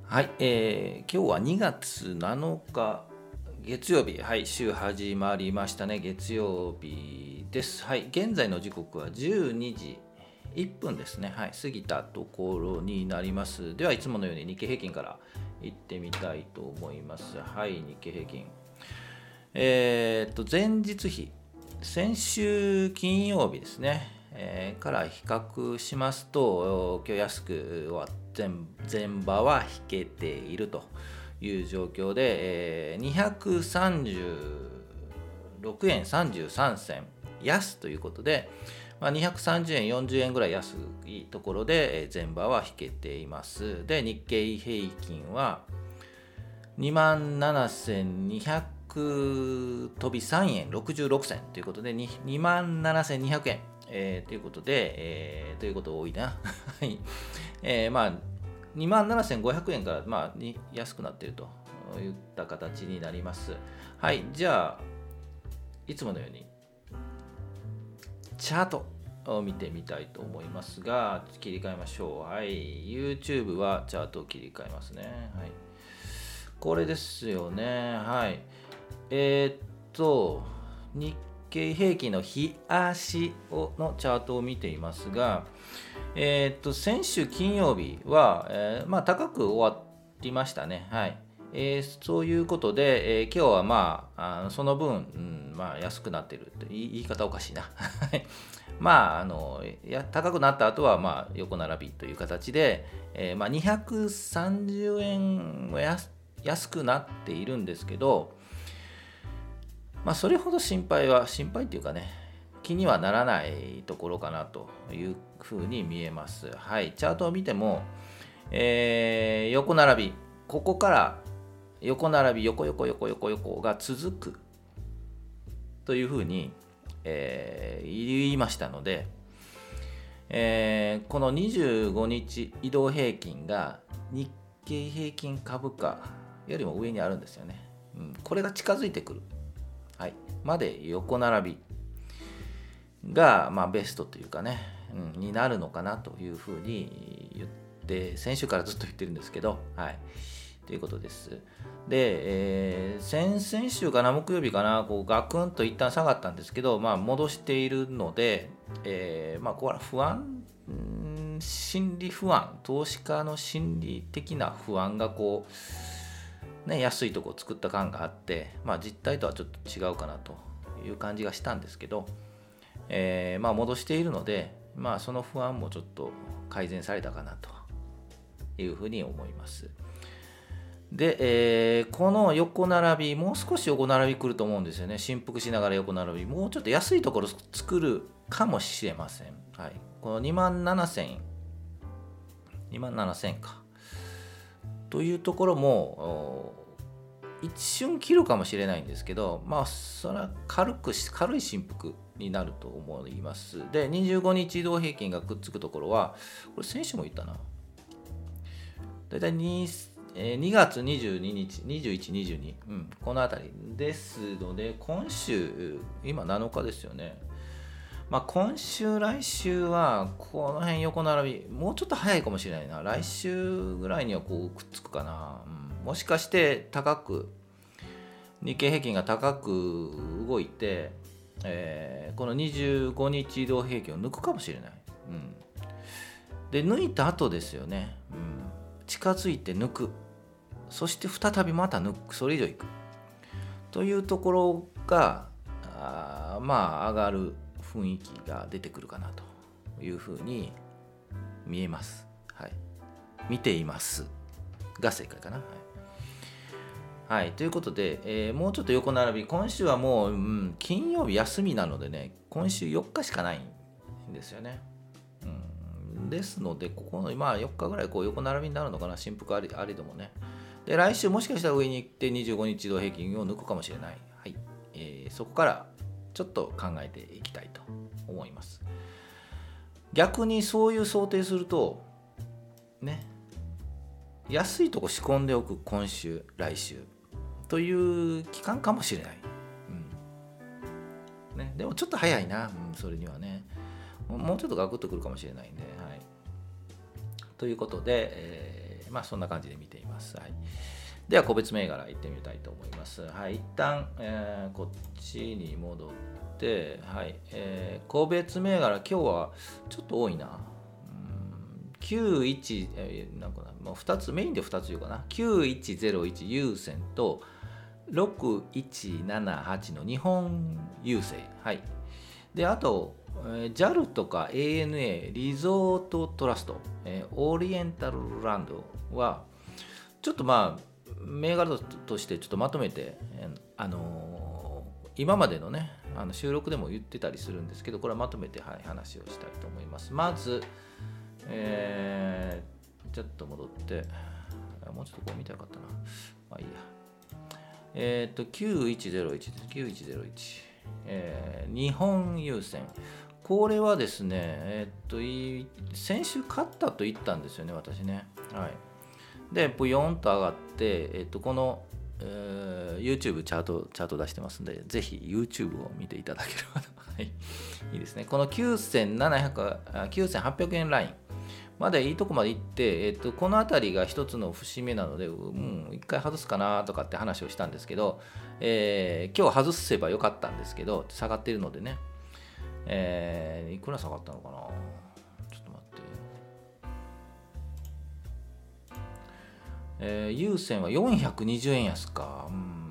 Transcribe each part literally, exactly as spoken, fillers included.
はい、えー、今日はにがつなのか月曜日、はい、週始まりましたね。月曜日です。はい、現在の時刻はじゅうにじいっぷんですね。はい、過ぎたところになります。では、いつものように日経平均から行ってみたいと思います。はい、日経平均。えー、っと、前日比、先週金曜日ですね。えーから比較しますと、今日安く終わって前場は引けているという状況で、えーにひゃくさんじゅうろくえんさんじゅうさん銭安ということで、まあ、にひゃくさんじゅうえんよんじゅうえんぐらい安いところで前場は引けています。で、日経平均はにまんななせんにひゃく飛びさんえんろくじゅうろく銭ということで にまんななせんにひゃくえん、えー、ということで、えー、ということ多いな。はい。えー、まあ、にまんななせんごひゃくえんから、まあ、に安くなっているといった形になります。はい。じゃあ、いつものように、チャートを見てみたいと思いますが、切り替えましょう。はい。YouTube はチャートを切り替えますね。はい。これですよね。はい。えー、っと、日経平均の日足をのチャートを見ていますが、えー、っと、先週金曜日は、えーまあ、高く終わりましたね。はい。えーそういうことで、えー今日はまあ、あのその分、うんまあ、安くなっているって言い言い方おかしいな。まあ、あのや高くなった後はまあ横並びという形で、えーまあ、にひゃくさんじゅうえんは安安くなっているんですけど、まあ、それほど心配は心配っていうかね、気にはならないところかなというふうに見えます。はい、チャートを見ても、えー横並び、ここから横並び、横横横横横が続くというふうに、えー言いましたので、えーこのにじゅうごにち移動平均が日経平均株価よりも上にあるんですよね。うん、これが近づいてくる、はい、まで横並びが、まあ、ベストというかね、うん、になるのかなというふうに言って、先週からずっと言ってるんですけど、はい、ということです。で、えー先々週かな、木曜日かな、こうガクンと一旦下がったんですけど、まあ、戻しているので、えーまあ、これは不安、うん心理不安、投資家の心理的な不安がこう、ね、安いとこを作った感があって、まあ、実態とはちょっと違うかなという感じがしたんですけど、えーまあ、戻しているので、まあ、その不安もちょっと改善されたかなというふうに思います。で、えーこの横並び、もう少し横並び来ると思うんですよね。振幅しながら横並び、もうちょっと安いところ作るかもしれません。はい、このにまんななせん、にまんななせんか。というところも、お一瞬切るかもしれないんですけど、まあ、それは軽くし、軽い振幅になると思います。で、にじゅうごにち移動平均がくっつくところは、これ先週も言ったな。だいたいにえーにがつにじゅうににち、にじゅういち、にじゅうに、うん、このあたりですので、今週、今なのかですよね。まあ、今週、来週は、この辺横並び、もうちょっと早いかもしれないな。来週ぐらいにはこうくっつくかな。うん、もしかして高く、日経平均が高く動いて、えーこのにじゅうごにち移動平均を抜くかもしれない。うん、で、抜いた後ですよね。うん、近づいて抜く。そして再びまた抜く、それ以上いくというところが、あまあ上がる雰囲気が出てくるかなというふうに見えます。はい、見ていますが正解かな。はいはい、ということで、えーもうちょっと横並び、今週はもう、うん、金曜日休みなのでね、今週よっかしかないんですよね。うん、ですので、ここの、まあ、よっかぐらいこう横並びになるのかな、振幅ありありどもね。で、来週もしかしたら上に行ってにじゅうごにち移動平均を抜くかもしれない。はい、えーそこからちょっと考えていきたいと思います。逆にそういう想定すると、ね、安いとこ仕込んでおく今週、来週という期間かもしれない。うんね、でもちょっと早いな、うん、それにはね。もうちょっとガクッとくるかもしれないんで。はい、ということで、えまあそんな感じで見ています。はい、では個別銘柄いってみたいと思います。はい、一旦、えー、こっちに戻って、はい、えー、個別銘柄今日はちょっと多いな。きゅういち、えー、なんかな、まあ、ふたつメインでふたつ言うかな。きゅういちゼロいち優先とろくいちななはちの日本郵政。はい。で、あと、えー、ジャル とか エーエヌエー、リゾートトラスト、えー、オリエンタルランドは、ちょっとまあ、銘柄としてちょっとまとめて、あのー、今までのね、あの収録でも言ってたりするんですけど、これはまとめて、はい、話をしたいと思います。まず、えー、ちょっと戻って、もうちょっとこう見たらよかったな。まあいいや。えっ、ー、と、きゅういちゼロいちです。きゅういちゼロいち。えー、日本郵船。これはですね、えっ、ー、と、先週買ったと言ったんですよね、私ね。はい。で、ブヨンと上がって、えっ、ー、と、この、えー、YouTube チャート、チャート出してますんで、ぜひ YouTube を見ていただければと。はい。いいですね。このきゅうせんはっぴゃくえんライン。まだいいとこまで行って、えっと、この辺りが一つの節目なので、うん、一回外すかなとかって話をしたんですけど、えー、今日外せばよかったんですけど、下がっているのでね、えー、いくら下がったのかな、ちょっと待って、えー、優先はよんひゃくにじゅうえん安か、うん、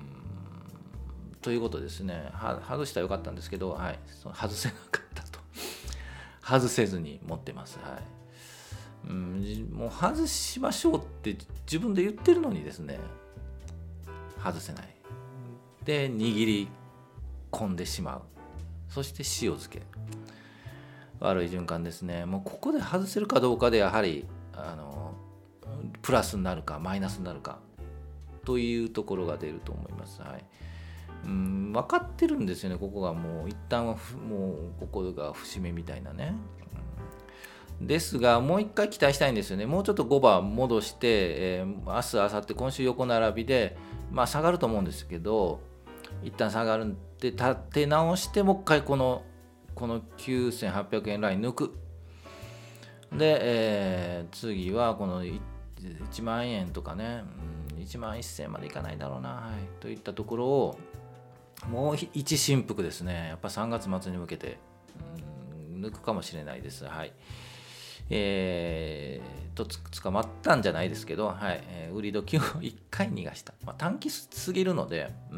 ということですね、は外したらよかったんですけど、はい、外せなかったと、外せずに持ってます。はい。うん、もう外しましょうって自分で言ってるのにですね、外せない。で、握り込んでしまう。そして塩漬け。悪い循環ですね。もうここで外せるかどうかでやはりあのプラスになるかマイナスになるかというところが出ると思います。はい。うん、分かってるんですよね。ここがもう一旦はもうここが節目みたいなね。ですが、もう一回期待したいんですよね。もうちょっとごば戻して、えー、明日、明後日、今週横並びで、まあ、下がると思うんですけど、一旦下がるんで、立て直して、もう一回この、このきゅうせんはっぴゃくえんライン抜く。で、えー、次はこのいちまんえんとかね、うん、いちまんせんえんまでいかないだろうな、はい、といったところを、もう一振幅ですね。やっぱさんがつ末に向けて、うん、抜くかもしれないです。はい。えー、とつ捕まったんじゃないですけど、はいえー、売り時をいっかい逃がした、まあ、短期すぎるので、うん、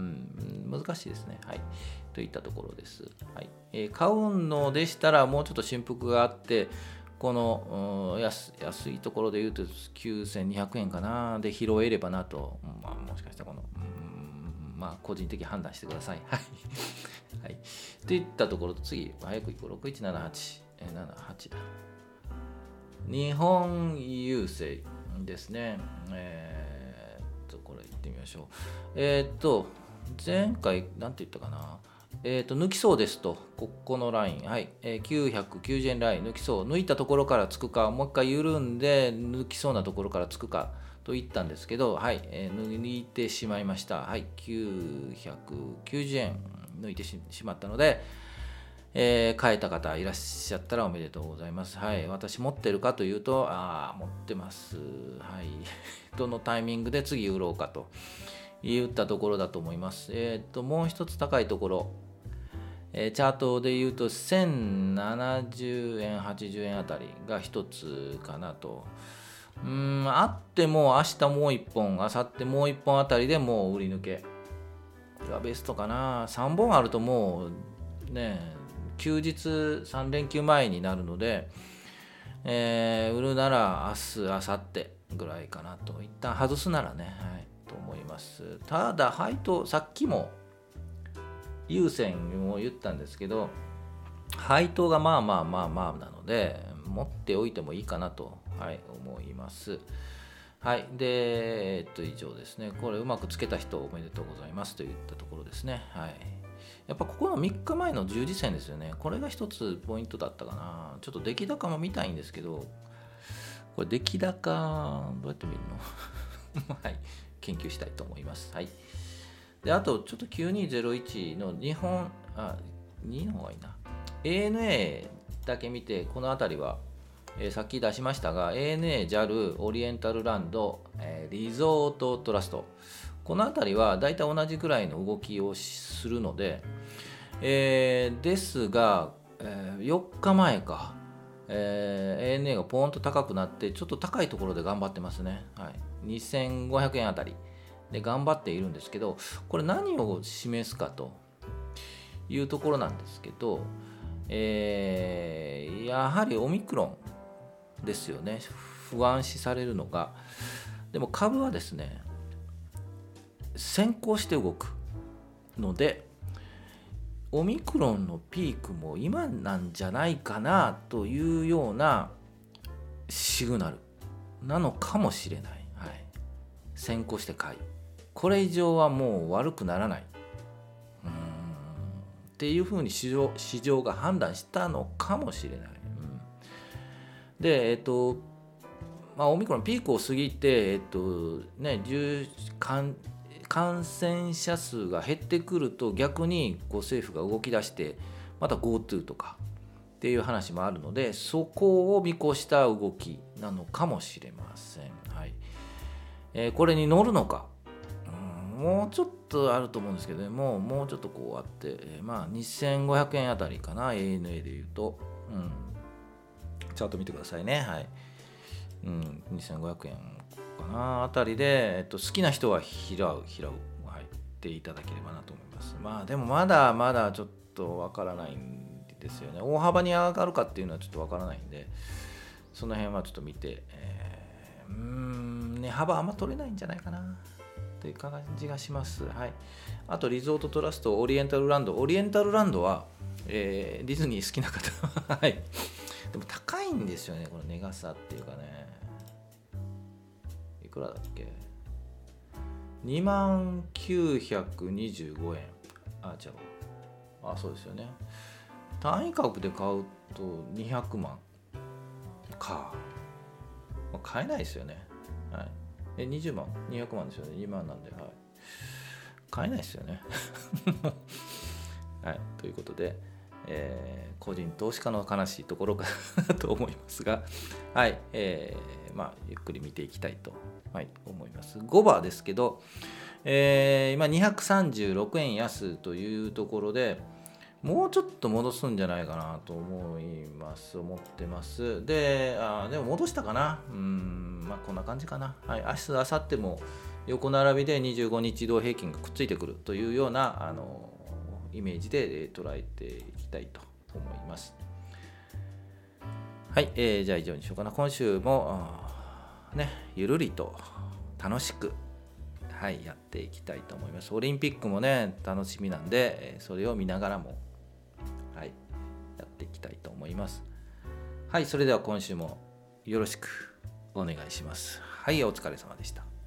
難しいですね、はい、といったところです、はいえー、買うのでしたらもうちょっと振幅があってこの、うん、安, 安いところでいうときゅうせんにひゃくえんかなで拾えればなと、まあ、もしかしたらこの、うん、まあ個人的判断してください、はいはい、といったところと次早くいこうろくいちななはち、えー、ななはちだ日本郵政ですね。えー、っと、これ言ってみましょう。えー、っと、前回、なんて言ったかな。えー、っと、抜きそうですと、ここのライン、はい、えー、きゅうひゃくきゅうじゅうえんライン、抜きそう、抜いたところからつくか、もう一回緩んで、抜きそうなところからつくかと言ったんですけど、はい、えー、抜いてしまいました。はい、きゅうひゃくきゅうじゅうえん抜いてしまったので、えー、買えた方いらっしゃったらおめでとうございます。はい、私持ってるかというと、ああ、持ってます。はい、どのタイミングで次売ろうかと言ったところだと思います。えっ、ー、と、もう一つ高いところ、えー、チャートで言うとせんななじゅうえん、はちじゅうえんあたりが一つかなと。うーん、あっても明日もう一本、明後日もう一本あたりでもう売り抜けがベストかな。さんぼんあるともうね、休日さん連休前になるので、えー、売るなら明日、明後日ぐらいかなと。一旦外すならね、はい、と思います。ただ、配当、さっきも優先を言ったんですけど、配当がまあまあまあまあなので、持っておいてもいいかなと、はい、思います。はい。で、えっと、以上ですね。これうまくつけた人おめでとうございますといったところですね。はい。やっぱここのみっかまえの十字線ですよね。これが一つポイントだったかな。ちょっと出来高も見たいんですけど、これ出来高、どうやって見るのはい。研究したいと思います。はい。で、あと、ちょっときゅうにゼロいちの日本、あ、にの方がいいな。エーエヌエー だけ見て、このあたりは、 えー、さっき出しましたが エーエヌエー、ジャル、オリエンタルランド、えー、リゾートトラスト、この辺りはだいたい同じくらいの動きをするので、えー、ですが、えー、よっかまえか、えー、エーエヌエー がポーンと高くなってちょっと高いところで頑張ってますね、はい、にせんごひゃくえんあたりで頑張っているんですけど、これ何を示すかというところなんですけど、えー、やはりオミクロンですよね、不安視されるのが。でも株はですね、先行して動くので、オミクロンのピークも今なんじゃないかなというようなシグナルなのかもしれない、はい、先行して買い、これ以上はもう悪くならない、うーんっていうふうに市場、市場が判断したのかもしれない、うん、でえっとまあオミクロンピークを過ぎてえっとね重感感染者数が減ってくると逆にこう政府が動き出してまた GoTo とかっていう話もあるので、そこを見越した動きなのかもしれません、はいえー、これに乗るのか、うん、もうちょっとあると思うんですけどね、もうもうちょっとこうあって、えー、まあにせんごひゃくえんあたりかな、 エーエヌエー でいうと、うん、チャート見てくださいね、はい、うん、にせんごひゃくえんかなあたりで、えっと、好きな人は拾う拾う、はい、っていただければなと思います。まあでもまだまだちょっとわからないんですよね。大幅に上がるかっていうのはちょっとわからないんで、その辺はちょっと見て、えー、うーん値幅あんま取れないんじゃないかなという感じがします。はい。あとリゾートトラスト、オリエンタルランド、オリエンタルランドは、えー、ディズニー好きな方ははい。でも高いんですよね、この値傘っていうかね。いくらだっけ、にまんきゅうひゃくにじゅうごえん、あ、違う、あ、そうですよね、単位株で買うとにひゃくまんか、まあ、買えないですよね、はい、えにじゅうまんにひゃくまんですよね、にまんなんで、はい、買えないですよねはい、ということで、えー、個人投資家の悲しいところかなと思いますが、はい、えー、まあゆっくり見ていきたいと、はい、思います。ごばですけど、えー、今にひゃくさんじゅうろくえん安というところで、もうちょっと戻すんじゃないかなと思います、思ってます。で、あでも戻したかな、うん、まあこんな感じかな。はい、明日、明後日も横並びでにじゅうごにち移動平均がくっついてくるというようなあのイメージで捉えていきたいと思います。はい、えー、じゃあ以上にしようかな。今週もね、ゆるりと楽しく、はい、やっていきたいと思います。オリンピックもね、楽しみなんで、それを見ながらも、はい、やっていきたいと思います。はい、それでは今週もよろしくお願いします。はい、お疲れ様でした。